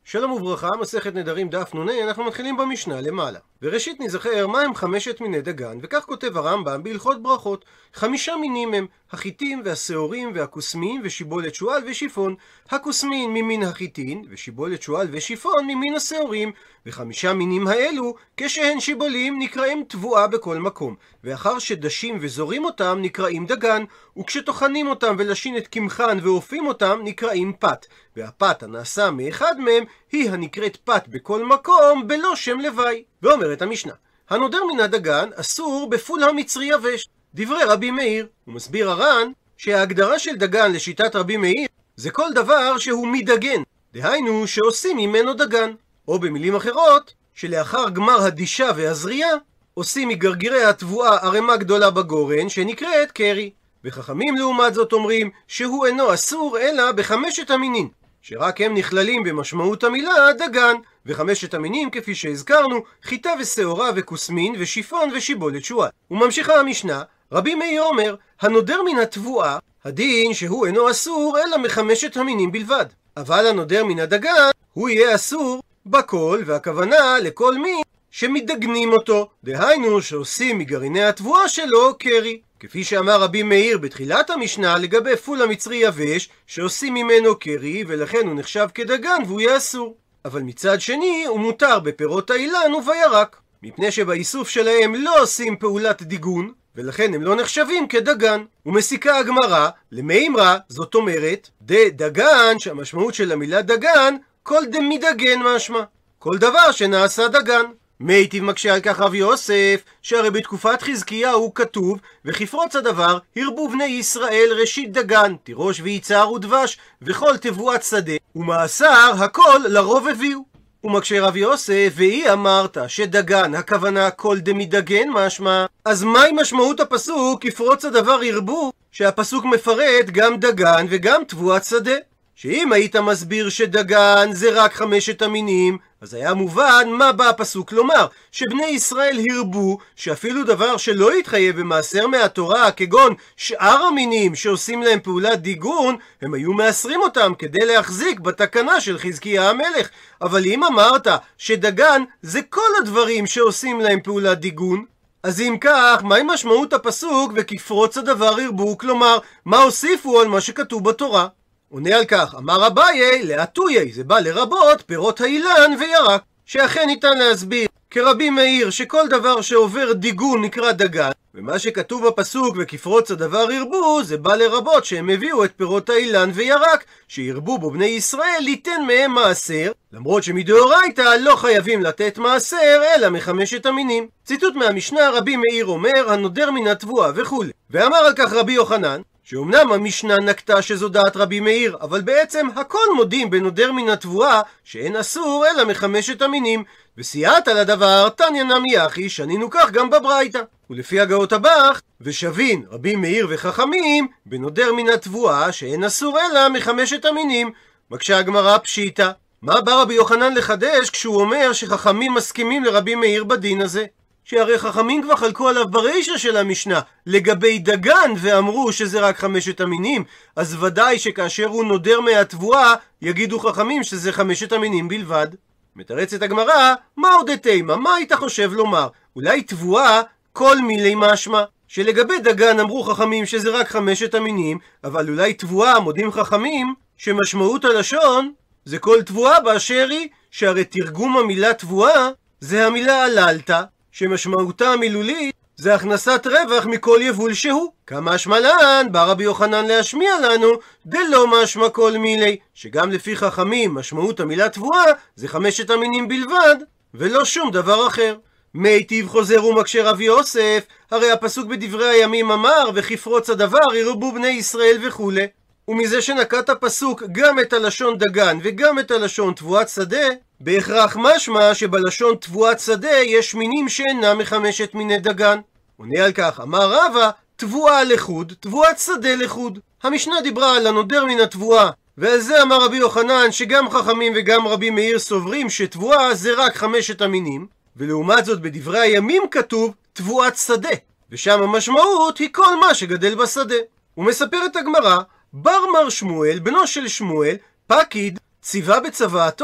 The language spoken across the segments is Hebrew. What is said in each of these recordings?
שלום וברכה, מסכת נדרים דף נ"ה, אנחנו מתחילים במשנה למעלה. וראשית נזכר מהם 5 מיני דגן, וכך כותב הרמב"ם בהלכות ברכות. 5 מינים הם החיטין והשעורים והכוסמין ושיבולת שועל ושיפון. הכוסמין ממין החיטין, ושיבולת שועל ושיפון ממין השעורים. ו5 מינים האלו, כשהן שיבולים, נקראים תבואה בכל מקום. ואחר שדשים וזורים אותם, נקראים דגן, וכשטוחנים אותם ולשין את קמחן ואופים אותם, נקראים פת. והפת הנעשה מאחד מהם, היא הנקראת פת בכל מקום, בלא שם לוואי. ואומרת המשנה, הנודר מן הדגן אסור בפול המצרי יבש. דברי רבי מאיר, הוא מסביר הר"ן שההגדרה של דגן לשיטת רבי מאיר זה כל דבר שהוא מדגן, דהיינו שעושים ממנו דגן, או במילים אחרות שלאחר גמר הדישה והזריעה עושים מגרגירי התבואה ערימה גדולה בגורן שנקראת קרי. וחכמים לעומת זאת אומרים שהוא אינו אסור אלא ב5 המינים, שרק הם נכללים במשמעות המילה דגן, ו5 המינים כפי שהזכרנו, חיטה ושעורה וכוסמין ושיפון ושיבולת שועל. וממשיכה המשנה, רבי מאיר אומר, הנודר מן התבואה, הדין שהוא אינו אסור אלא מ5 המינים בלבד. אבל הנודר מן הדגן, הוא יהיה אסור בכל, והכוונה לכל מין שמדגנים אותו, דהיינו שעושים מגרעיני התבואה שלו קרי. כפי שאמר רבי מאיר בתחילת המשנה לגבי פול המצרי יבש, שעושים ממנו קרי ולכן הוא נחשב כדגן והוא יהיה אסור. אבל מצד שני הוא מותר בפירות האילן ובירק, מפני שבאיסוף שלהם לא עושים פעולת דיגון, ולכן הם לא נחשבים כדגן. ומסיקה הגמרא למימרא, זאת אומרת דגן, שהמשמעות של המילה דגן כל דמידגן משמע, כל דבר שנעשה דגן. מיטיב מקשה על כך רב יוסף, שהרי בתקופת חזקיהו כתוב, וכפרוץ הדבר הרבו בני ישראל ראשית דגן, תירוש ויצהר ודבש, וכל תבואת שדה, ומאסר הכל לרוב הביאו. ומקשה רב יוסף, והיא אמרת שדגן הכוונה כל דמידגן משמע, אז מהי משמעות הפסוק כפרוץ הדבר הרבו, שהפסוק מפרט גם דגן וגם תבואת שדה? שאם היית מסביר שדגן זה רק 5 המינים, אז היה מובן מה בא הפסוק לומר, שבני ישראל הרבו, שאפילו דבר שלא יתחייב במעשר מהתורה, כגון שאר המינים שעושים להם פעולת דיגון, הם היו מאסרים אותם כדי להחזיק בתקנה של חזקיה המלך. אבל אם אמרת שדגן זה כל הדברים שעושים להם פעולת דיגון, אז אם כך, מהי משמעות הפסוק וכפרוץ הדבר הרבו? כלומר, מה הוסיפו על מה שכתוב בתורה? עונה על כך, אמר אביי, לאתויי, זה בא לרבות פירות האילן וירק, שאכן ניתן להסביר כרבי מאיר שכל דבר שעובר דיגון נקרא דגן, ומה שכתוב בפסוק וכפרוץ הדבר הרבו, זה בא לרבות שהם הביאו את פירות האילן וירק, שירבו בו בני ישראל ליתן מהם מעשר, למרות שמדאורייתא לא חייבים לתת מעשר אלא מ5 המינים. ציטוט מהמשנה, רבי מאיר אומר, הנודר מן התבואה וכו'. ואמר על כך רבי יוחנן, שאומנם המשנה נקטה שזו דעת רבי מאיר, אבל בעצם הכל מודים בנודר מן התבואה שאין אסור אלא מ5 המינים, וסייעת על הדבר תניא נמי אחי, שנינו כך גם בברייתא. ולפי הגאות הבח, ושבין רבי מאיר וחכמים בנודר מן התבואה שאין אסור אלא מ5 המינים. מקשה הגמרא פשיטא, מה בא רבי יוחנן לחדש כשהוא אומר שחכמים מסכימים לרבי מאיר בדין הזה? שהרי חכמים כבר חלקו עליו ברישה של המשנה לגבי דגן ואמרו שזה רק 5 המינים, אז ודאי שכאשר הוא נודר מהתבואה יגידו חכמים שזה 5 המינים בלבד. מתרצת הגמרא, מה עוד תימא, מה היית חושב לומר? אולי תבואה כל מילי משמע, שלגבי דגן אמרו חכמים שזה רק 5 המינים, אבל אולי תבואה מודים חכמים שמשמעות הלשון זה כל תבואה באשר היא, שהרי תרגום המילה תבואה זה המילה עללתא, שמשמעותה המילולית זה הכנסת רווח מכל יבול שהוא. כמה משמע לן, בא רבי יוחנן להשמיע לנו דלא משמע כל מילי, שגם לפי חכמים משמעות המילה תבואה זה 5 המינים בלבד ולא שום דבר אחר. מיטיב חוזר ומקשה רב יוסף, הרי הפסוק בדברי הימים אמר וכפרוץ הדבר ירבו בני ישראל וכו', ומזה שנקט הפסוק גם את הלשון דגן וגם את הלשון תבואת שדה, בהכרח משמע שבלשון תבואת שדה יש מינים שאינם מ5 מיני דגן. עונה על כך, אמר רבא, תבואה לחוד, תבואת שדה לחוד. המשנה דיברה על הנודר מן התבואה, ועל זה אמר רבי יוחנן שגם חכמים וגם רבי מאיר סוברים שתבואה זה רק 5 המינים, ולעומת זאת בדברי הימים כתוב תבואת שדה, ושם המשמעות היא כל מה שגדל בשדה. ומספרת הגמרא, בר מר שמואל, בנו של שמואל, פקיד, ציווה בצוואתו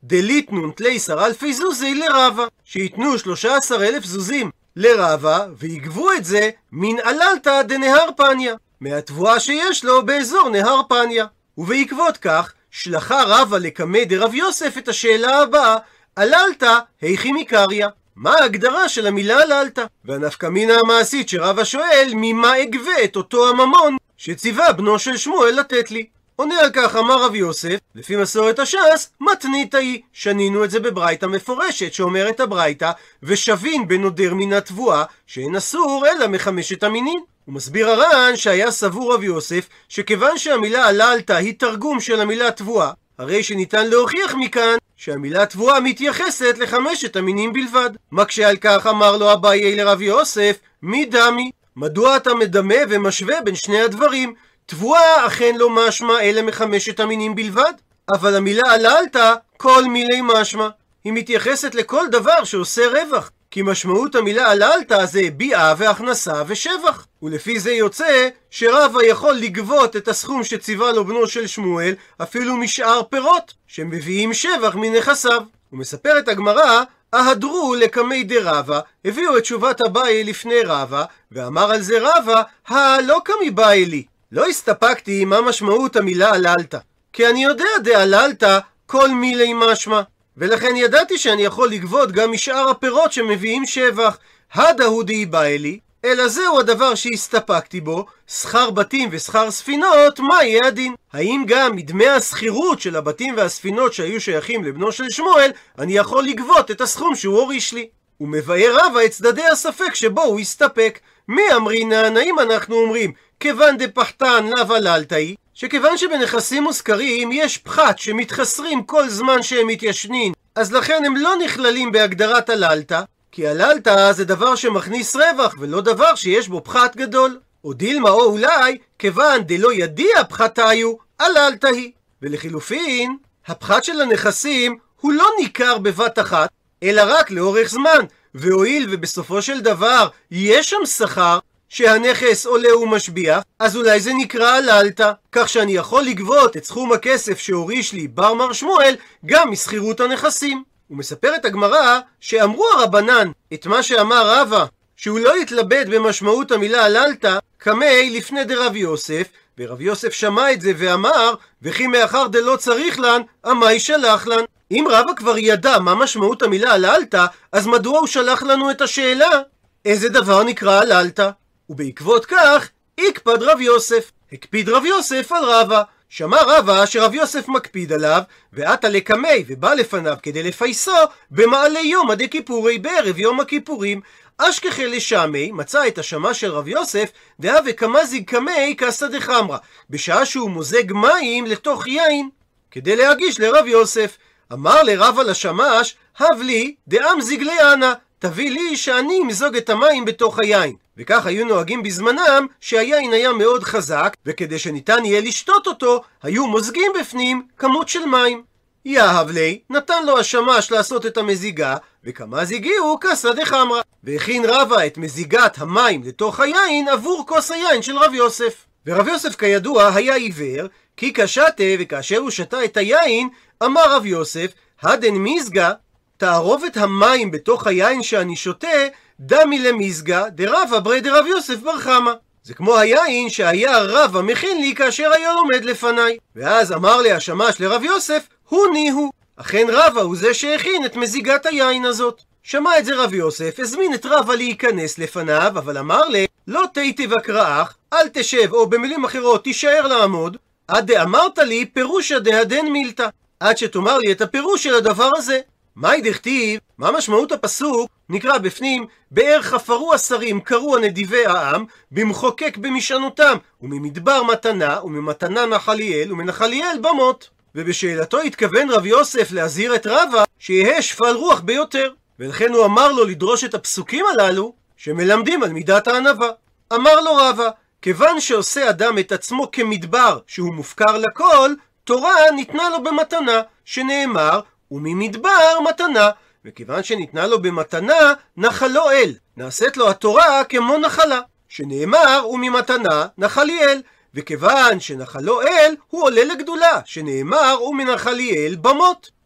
דליתנון תליסר אלפי זוזי לרבה, שיתנו 13,000 זוזים לרבה, ויגבו את זה מן עללתא דנהר פניה, מהתבואה שיש לו באזור נהר פניה. ובעקבות כך שלחה רבה לקמא דרב יוסף את השאלה הבאה: עללתא היכי מקריא? מה ההגדרה של המילה עללתא? והנפקא מינה המעשית שרבה שואל: ממה אגבה את אותו הממון שציווה בנו של שמואל לתת לי? עונה על כך אמר רב יוסף, לפי מסורת הש"ס, מתניתא היא. שנינו את זה בברייתא מפורשת, שאומרת הברייתא: ושבין בנודר מן התבואה שאין אסור אלא מחמשת המינין. הוא מסביר הר"ן שהיה סבור רב יוסף שכיוון שהמילה עללתא היא תרגום של המילה תבואה, הרי שניתן להוכיח מכאן שהמילה תבואה מתייחסת לחמשת המינים בלבד. מקשה על כך אמר לו אביי לרב יוסף: מי דמי? מדוע אתה מדמה ומשווה בין שני הדברים? תבואה אכן לא משמע אלא מחמשת המינים בלבד, אבל המילה עללתא כל מילי משמע, היא מתייחסת לכל דבר שעושה רווח, כי משמעות המילה עללתא זה ביאה והכנסה ושבח. ולפי זה יוצא שרבה יכול לגבות את הסכום שציווה לו בנו של שמואל אפילו משאר פירות שמביאים שבח מנכסיו. ומספרת הגמרא: אהדרו לקמי דרבה, הביאו את תשובת אביי לפני רבה, ואמר על זה רבה: לא קמי באי לי, לא הסתפקתי מה משמעות המילה עללתא, כי אני יודע דעללתא כל מילי משמע, ולכן ידעתי שאני יכול לגבות גם משאר הפירות שמביאים שבח. הדהו דאי באי לי, אלא זהו הדבר שהסתפקתי בו, שכר בתים ושכר ספינות, מה יהיה הדין? האם גם מדמי השכירות של הבתים והספינות שהיו שייכים לבנו של שמואל אני יכול לגבות את הסכום שהוא הוריש לי? ומבאר רבה את צדדי הספק שבו הוא הסתפק. מי אמרינן? האם אנחנו אומרים כיוון דפחתן לאו עללתא היא, שכיוון שבנכסים מושכרים יש פחת שמתחסרים כל זמן שהם מתיישנים, אז לכן הם לא נכללים בהגדרת עללתא, כי עללתא זה דבר שמכניס רווח ולא דבר שיש בו פחת גדול. או דילמה, או אולי כיוון דלא ידיע פחתיו עללתא היא. ולחילופין, הפחת של הנכסים הוא לא ניכר בבת אחת, אלא רק לאורך זמן, והואיל ובסופו של דבר יש שם שכר שהנכס עולה ומשביח, אז אולי זה נקרא עללתא, כך שאני יכול לגבות את סכום הכסף שהוריש לי בר מר שמואל גם מסחירות הנכסים. ומספרת הגמרא שאמרו הרבנן את מה שאמר רבה, שהוא לא יתלבט במשמעות המילה עללתא, קמי לפני דרב יוסף, ורב יוסף שמע את זה ואמר: וכי מאחר דלא צריך לן, עמי שלח לן. אם רבה כבר ידע מה משמעות המילה עללתא, אז מדוע הוא שלח לנו את השאלה איזה דבר נקרא עללתא? ובעקבות כך הקפד רב יוסף, הקפיד רב יוסף על רבה. שמע רבה שרב יוסף מקפיד עליו, ועתה לקמי ובא לפניו כדי לפייסו במעלה יומא דכיפורי, בערב יום הכיפורים. אשכחי לשמי, מצא את השמה של רב יוסף דהווה כמזיג קמי קסא דחמרא, בשעה שהוא מוזג מים לתוך יין כדי להגיש לרב יוסף. אמר לרבה לשמש: הב לי דאמזיג לאנה, תביא לי שאני אמזוג את המים בתוך היין. וכך היו נוהגים בזמנם, שהיין היה מאוד חזק, וכדי שניתן יהיה לשתות אותו היו מוזגים בפנים כמות של מים. יהב לי, נתן לו השמש לעשות את המזיגה, וכמה זיגיעו קסא דחמרא, והכין רבה את מזיגת המים לתוך היין עבור כוס היין של רב יוסף. ורב יוסף כידוע היה עיוור, כי כשתה, וכאשר הוא שתה את היין אמר רב יוסף: הדן מזגה, תערובת המים בתוך היין שאני שותה, דמי למזגה דרבה ברי דרב יוסף בר חמא. זה כמו היין שהיה רבה מכין לי כאשר היה לומד לפניי. ואז אמר לי השמש לרב יוסף: הוא ניהו. אכן רבה הוא זה שהכין את מזיגת היין הזאת. שמע את זה רב יוסף, הזמין את רבה להיכנס לפניו, אבל אמר לי: לא תיטיב הקראך, אל תשב, או במילים אחרות תישאר לעמוד, עד דאמרת לי פירושא דהדן מילתא, עד שתאמר לי את הפירוש של הדבר הזה. מהי דכתיב? מה משמעות הפסוק? נקרא בפנים: באר חפרו השרים קראו הנדיבי העם במחוקק במשענותם, וממדבר מתנה, וממתנה נחליאל, ומנחליאל במות. ובשאלתו התכוון רב יוסף להזהיר את רבה שיהיה שפל רוח ביותר, ולכן הוא אמר לו לדרוש את הפסוקים הללו שמלמדים על מידת הענווה. אמר לו רבה: כיוון שעושה אדם את עצמו כמדבר שהוא מופקר לכל, תורה ניתנה לו במתנה, שנאמר: וממדבר מתנה, וכיוון שניתנה לו במתנה, נחלו אל, נעשית לו התורה כמו נחלה, שנאמר: וממתנה נחליאל, וכיוון שנחלו אל הוא עולה לגדולה, שנאמר: ומנחליאל במות.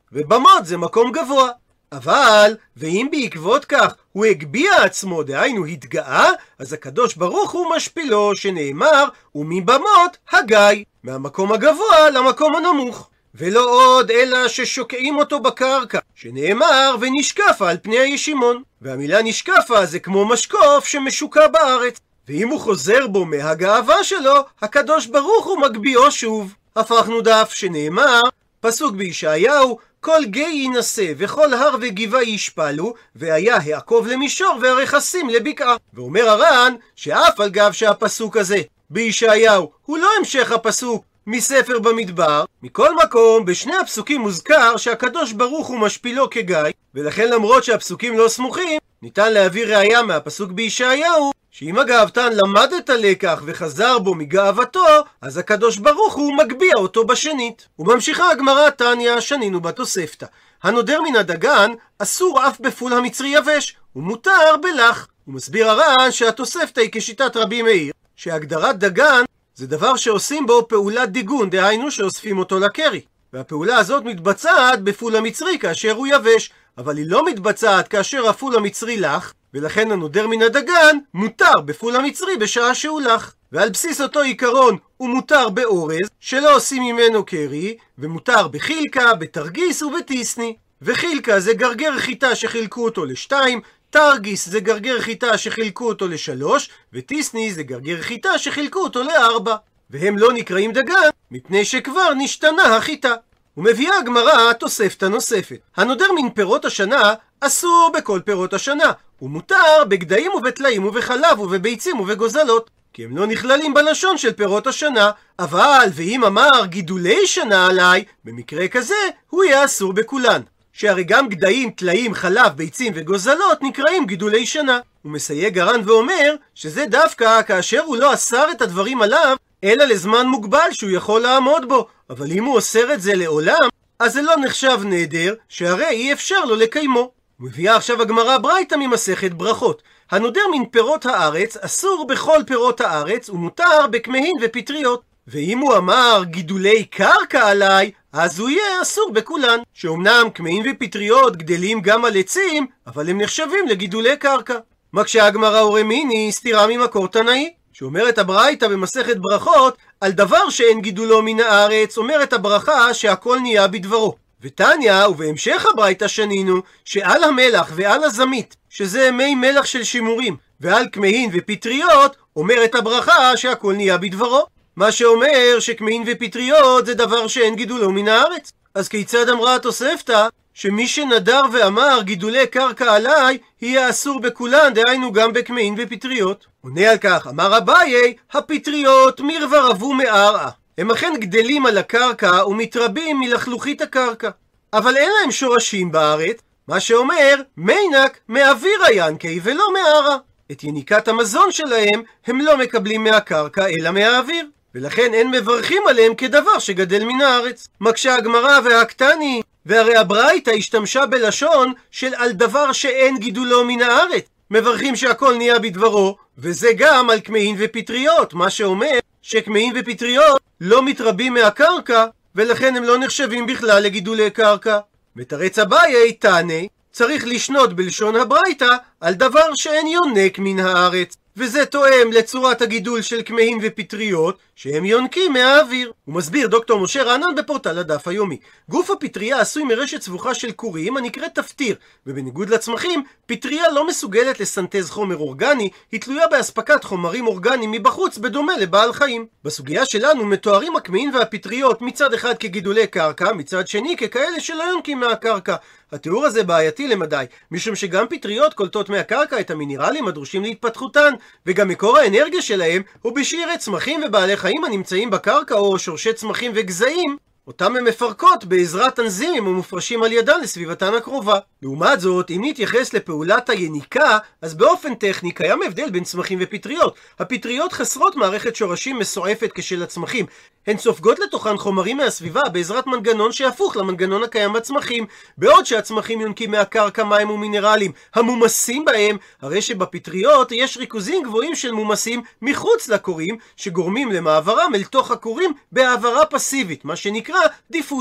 ובמות זה מקום גבוה. אבל, ואם בעקבות כך הוא הגביע עצמו, דהיינו התגאה, אז הקדוש ברוך הוא משפילו, שנאמר, ומבמות הגיא, מהמקום הגבוה למקום הנמוך. ולא עוד אלא ששוקעים אותו בקרקע, שנאמר ונשקפה על פני הישימון. והמילה נשקפה זה כמו משקוף שמשוקע בארץ, ואם הוא חוזר בו מהגאווה שלו, הקדוש ברוך הוא מגביעו שוב. הפכנו דף, שנאמר, פסוק בישעיהו, כל גיא ינסה וכל הר וגבעה ישפלו, והיה העקוב למישור והרכסים לבקעה. ואומר הר"ן שאף על גב שהפסוק הזה בישעיהו הוא לא המשך הפסוק מספר במדבר, מכל מקום בשני הפסוקים מוזכר שהקדוש ברוך הוא משפילו כגיא, ולכן למרות שהפסוקים לא סמוכים, ניתן להביא ראיה מהפסוק בישעיהו שאם הגאוותן למד את הלקח וחזר בו מגאוותו, אז הקדוש ברוך הוא מגביע אותו בשנית. וממשיכה הגמרא תניא, שנינו בתוספתא, הנודר מן הדגן אסור אף בפול המצרי יבש, ומותר בלח. הוא מסביר הר"ן שהתוספתא היא כשיטת רבי מאיר, שהגדרת דגן זה דבר שעושים בו פעולת דיגון, דהיינו שאוספים אותו לקרי, והפעולה הזאת מתבצעת בפול המצרי כאשר הוא יבש, אבל היא לא מתבצעת כאשר הפול המצרי לח, ולכן הנודר מן הדגן מותר בפול המצרי בשעה שהוא לח. ועל בסיס אותו עיקרון הוא מותר באורז שלא עושים ממנו קרי, ומותר בחילקה, בתרגיס ובטיסני. וחילקה זה גרגר חיטה שחילקו אותו לשתיים, תרגיס זה גרגר חיטה שחילקו אותו לשלוש, וטיסני זה גרגר חיטה שחילקו אותו לארבע. והם לא נקראים דגן מפני שכבר נשתנה החיטה. ומביאה הגמרא תוספתא נוספת, הנודר מן פירות השנה אסור בכל פירות השנה, ומותר בגדיים ובטלאים ובחלב ובביצים ובגוזלות, כי הם לא נכללים בלשון של פירות השנה. אבל ואם אמר גידולי שנה עליי, במקרה כזה הוא יהיה אסור בכולן, שהרי גם גדיים, טלאים, חלב, ביצים וגוזלות נקראים גידולי שנה. הוא מסייג הר"ן ואומר שזה דווקא כאשר הוא לא אסר את הדברים עליו אלא לזמן מוגבל שהוא יכול לעמוד בו, אבל אם הוא אוסר את זה לעולם, אז זה לא נחשב נדר, שהרי אי אפשר לו לקיימו. מביאה עכשיו הגמרא ברייתא ממסכת ברכות, הנודר מן פירות הארץ אסור בכל פירות הארץ, ומותר בכמהין ופטריות. ואם הוא אמר גידולי קרקע עליי, אז הוא יהיה אסור בכולן, שאומנם כמהין ופטריות גדלים גם על עצים, אבל הם נחשבים לגידולי קרקע. מקשה הגמרא ורמיני סתירה ממקור תנאי, שאומרת הברייתא במסכת ברכות, על דבר שאין גידולו מן הארץ, אומרת הברכה שהכל נהיה בדברו. ותניא, ובהמשך הברייתא שנינו, שעל המלח ועל הזמית, שזה מי מלח של שימורים, ועל כמהין ופטריות, אומרת הברכה שהכל נהיה בדברו. מה שאומר שכמהין ופטריות זה דבר שאין גידולו מן הארץ. אז כיצד אמרה התוספתא שמי שנדר ואמר גידולי קרקע עליי יהיה אסור בכולן, דהיינו גם בכמהין ופטריות? עונה על כך אמר אביי, הפטריות מרווה רבו מערעה, הם אכן גדלים על הקרקע ומתרבים מלחלוכית הקרקע, אבל אין להם שורשים בארץ, מה שאומר מינק מאוויר הינקי ולא מערה. את יניקת המזון שלהם הם לא מקבלים מהקרקע אלא מהאוויר, ולכן אין מברכים עליהם כדבר שגדל מן הארץ. מקשה הגמרא והקטני, והרי הברייתא השתמשה בלשון של על דבר שאין גידולו מן הארץ, מברכים שהכל נהיה בדברו, וזה גם על כמהין ופטריות, מה שאומר שכמהין ופטריות לא מתרבים מהקרקע, ולכן הם לא נחשבים בכלל לגידולי קרקע. מתרץ אביי תנא, צריך לשנות בלשון הברייתא על דבר שאין יונק מן הארץ, וזה תואם לצורת הגידול של כמהין ופטריות שהם יונקים מהאוויר. הוא מסביר דוקטור משה רענן בפורטל הדף היומי, גוף הפטריה עשוי מרשת סבוכה של קורים הנקראת תפטיר, ובניגוד לצמחים, פטריה לא מסוגלת לסנטז חומר אורגני, היא תלויה באספקת חומרים אורגניים מבחוץ בדומה לבעל חיים. בסוגיה שלנו מתוארים הכמהין והפטריות מצד אחד כגידולי קרקע, מצד שני ככאלה שלא יונקים מהקרקע. התיאור הזה בעייתי למדי, משום שגם פטריות קולטות מהקרקע את המינרלים הדרושים להתפתחותן, וגם מקור האנרגיה שלהם הוא בשארי צמחים ובעלי חיים הנמצאים בקרקע או שורשי צמחים וגזעים, אותם הם מפרקות בעזרת אנזימים ומופרשים על ידן לסביבתן הקרובה. לעומת זאת, אם נתייחס לפעולת היניקה, אז באופן טכני קיים הבדל בין צמחים ופטריות. הפטריות חסרות מערכת שורשים מסועפת כשל הצמחים. הן סופגות לתוכן חומרים מהסביבה בעזרת מנגנון שהפוך למנגנון הקיים בצמחים, בעוד שהצמחים יונקים מהקרקע מים ומינרלים המומסים בהם, הרי שבפטריות יש ריכוזים גבוהים של מומסים מחוץ לקורים, שגורמים למעברם אל תוך הקורים בהעברה פסיבית, מה שנקרא דיפוזיה.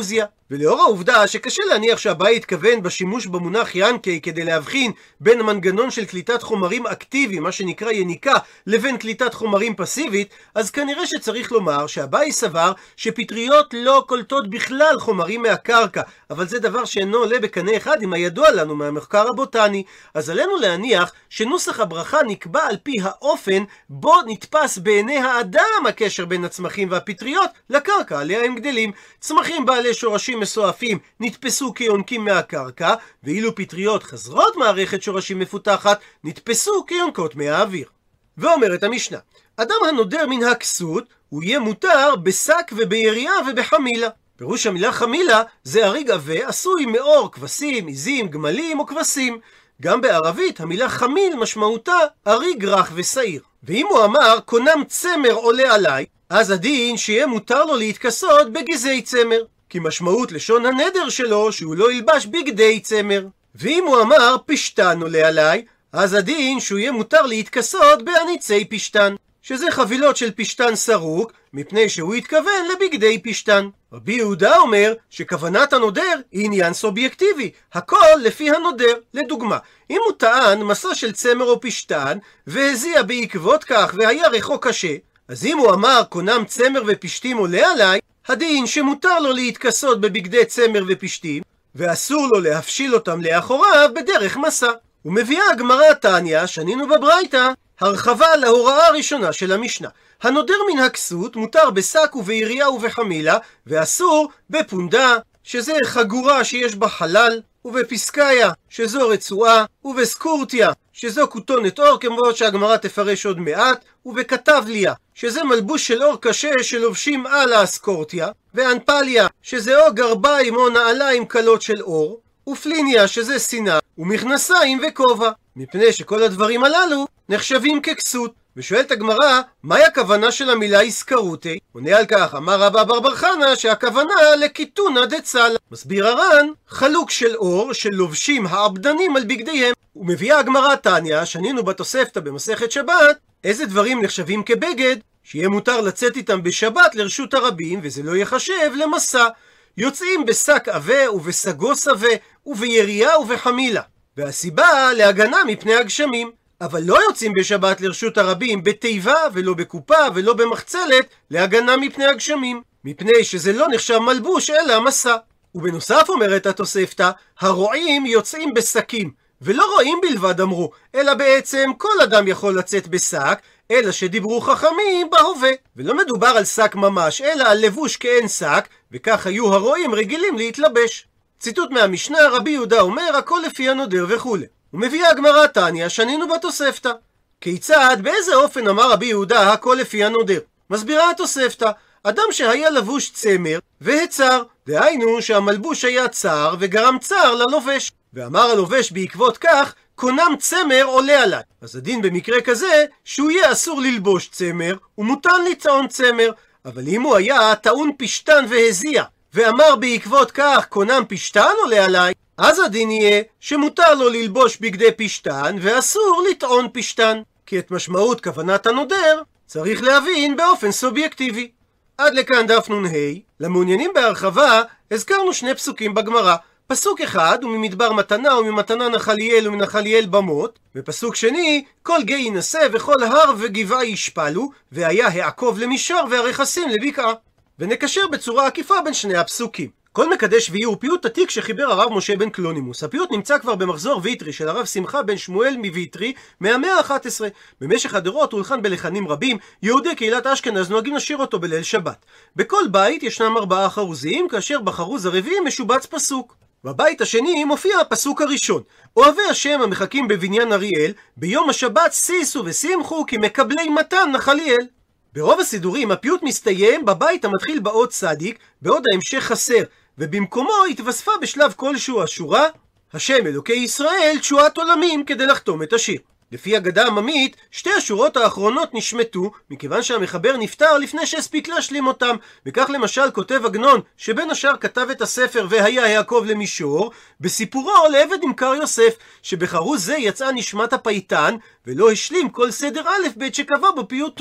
ולאור העובדה שקשה להניח שהבאי התכוון בשימוש במונח ינקי כדי להבחין בין המנגנון של קליטת חומרים אקטיביים, מה שנקרא יניקה, לבין קליטת חומרים פסיבית, אז כנראה שצריך לומר שהבאי סבר שפטריות לא קולטות בכלל חומרים מהקרקע, אבל זה דבר שאינו עולה בקנה אחד עם הידוע לנו מהמחקר הבוטני. אז עלינו להניח שנוסח הברכה נקבע על פי האופן בו נתפס בעיני האדם הקשר בין הצמחים והפטריות לקרקע עליה הם גדלים. צמחים בעלי שורשים מסועפים נתפסו כיונקים מהקרקע, ואילו פטריות חסרות מערכת שורשים מפותחת נתפסו כיונקות מהאוויר. ואומרת המשנה, אדם הנודר מן הכסות הוא יהיה מותר בשק ובירייה ובחמילה. פירוש המילה חמילה זה אריג עבה עשוי מאור כבשים, עזים, גמלים או כבשים. גם בערבית המילה חמיל משמעותה אריג רך ושעיר. ואם הוא אמר קונם צמר עולה עליי, אז הדין שיהיה מותר לו להתכסות בגזי צמר, כי משמעות לשון הנדר שלו שהוא לא ילבש בגדי צמר. ואם הוא אמר פשטן עולה עליי, אז הדין שהוא יהיה מותר להתכסות בעניצי פשטן, שזה חבילות של פשטן סרוק, מפני שהוא התכוון לבגדי פשטן. רבי יהודה אומר שכוונת הנודר היא עניין סובייקטיבי, הכל לפי הנודר. לדוגמה, אם הוא טען מסע של צמר או פשטן והזיע בעקבות כך והיה ריחו קשה, אז אם הוא אמר קונם צמר ופשטים עולה עליי, הדין שמותר לו להתכסות בבגדי צמר ופשטים ואסור לו להפשיל אותם לאחוריו בדרך מסע. ומביאה הגמרא תניא, שנינו בברייתא, הרחבה להוראה הראשונה של המשנה. הנודר מן הכסות מותר בשק ובירייה ובחמילה, ואסור בפונדה, שזה חגורה שיש בה חלל, ובפסקאיה, שזו רצועה, ובסקורטיה, שזו כותונת אור, כמו שהגמרא תפרש עוד מעט, ובכתבליה, שזה מלבוש של אור קשה שלובשים על האסקורטיה, ואנפליה, שזה או גרביים או נעליים קלות של אור, ופליניה, שזה סינה, ומכנסיים וכובע, מפני שכל הדברים הללו נחשבים ככסות. ושואלת הגמרא, מהי הכוונה של המילה איסקרוטי? עונה על כך, אמר רבא בר חנא שהכוונה לקיתונא דצל. מסביר הר"ן, חלוק של אור שלובשים העבדנים על בגדיהם. ומביאה הגמרא תניא, שנינו בתוספתא במסכת שבת, איזה דברים נחשבים כבגד שיהיה מותר לצאת איתם בשבת לרשות הרבים, וזה לא יחשב למסע. יוצאים בשק עבה ובסגוס עבה ובירייה ובחמילה, והסיבה להגנה מפני הגשמים. אבל לא יוצאים בשבת לרשות הרבים בתיבה ולא בקופה ולא במחצלת להגנה מפני הגשמים, מפני שזה לא נחשב מלבוש אלא מסע. ובנוסף אומרת התוספתא, הרועים יוצאים בשקים, ולא רועים בלבד אמרו, אלא בעצם כל אדם יכול לצאת בשק, אלא שדיברו חכמים בהווה, ולא מדובר על שק ממש, אלא על לבוש כאין שק, וכך היו הרועים רגילים להתלבש. ציטוט מהמשנה, רבי יהודה אומר, הכל לפי הנודר וכו'. ומביאה הגמרא תניא, שנינו בתוספתא. כיצד, באיזה אופן אמר רבי יהודה הכל לפי הנודר? מסבירה התוספתא, אדם שהיה לבוש צמר והצר, דהיינו שהמלבוש היה צר וגרם צר ללובש, ואמר הלובש בעקבות כך, קונם צמר עולה עליי. אז הדין במקרה כזה שהוא יהיה אסור ללבוש צמר ומותר לטעון צמר, אבל אם הוא היה טעון פשטן והזיע ואמר בעקבות כך קונם פשטן עולה עליי, אז הדין יהיה שמותר לו ללבוש בגדי פשטן ואסור לטעון פשטן, כי את משמעות כוונת הנודר צריך להבין באופן סובייקטיבי. עד לכאן דף נ"ה. למעוניינים בהרחבה הזכרנו שני פסוקים בגמרא. פסוק אחד הוא ממדבר מתנה וממתנה נחליאל ומנחליאל במות, ופסוק שני כל גיא ינסה וכל הר וגבעה ישפלו, והיה העקוב למישור והרכסים לבקעה. ונקשר בצורה עקיפה בין שני הפסוקים. כל מקדש שביעי הוא פיוט עתיק שחיבר הרב משה בן קלונימוס. הפיוט נמצא כבר במחזור ויטרי של הרב שמחה בן שמואל מויטרי מהמאה ה-11. במשך הדורות הוא הולחן בלחנים רבים, יהודי קהילת אשכנז נוהגים לשיר אותו בליל שבת. בכל בית ישנם 4 חרוזים, כאשר בחרוז הרביעי משובץ פסוק. בבית השני מופיע הפסוק הראשון, אוהבי השם המחכים בבניין אריאל, ביום השבת שישו ושמחו כי מקבלי מתן נחליאל. ברוב הסידורים הפיוט מסתיים בבית המתחיל באות צדיק, בעוד ההמשך חסר, ובמקומו התווספה בשלב כלשהו השורה השם אלוקי ישראל תשועת עולמים, כדי לחתום את השיר. לפי אגדה עממית, 2 השורות האחרונות נשמטו מכיוון שהמחבר נפטר לפני שהספיק להשלים אותם, וכך למשל כותב עגנון, שבין השאר כתב את הספר והיה העקוב למישור, בסיפורו לעבד נמכר יוסף, שבחרוז זה יצאה נשמת הפייטן ולא השלים כל סדר א' ב' שקבע בפיוטו.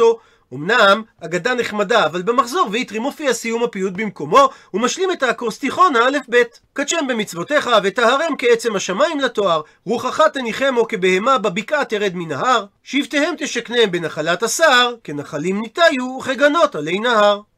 אמנם אגדה נחמדה, אבל במחזור ויתרי מופיע סיום הפיוט במקומו, ומשלים את האקרוסטיכון האלף בית. קדשם במצוותיך וטהרם כעצם השמיים לתואר, רוחך תניחמו כבהמה בבקעה תרד מן ההר, שבטיהם תשכנם בנחלת השר, כנחלים ניטיו וכגנות עלי נהר.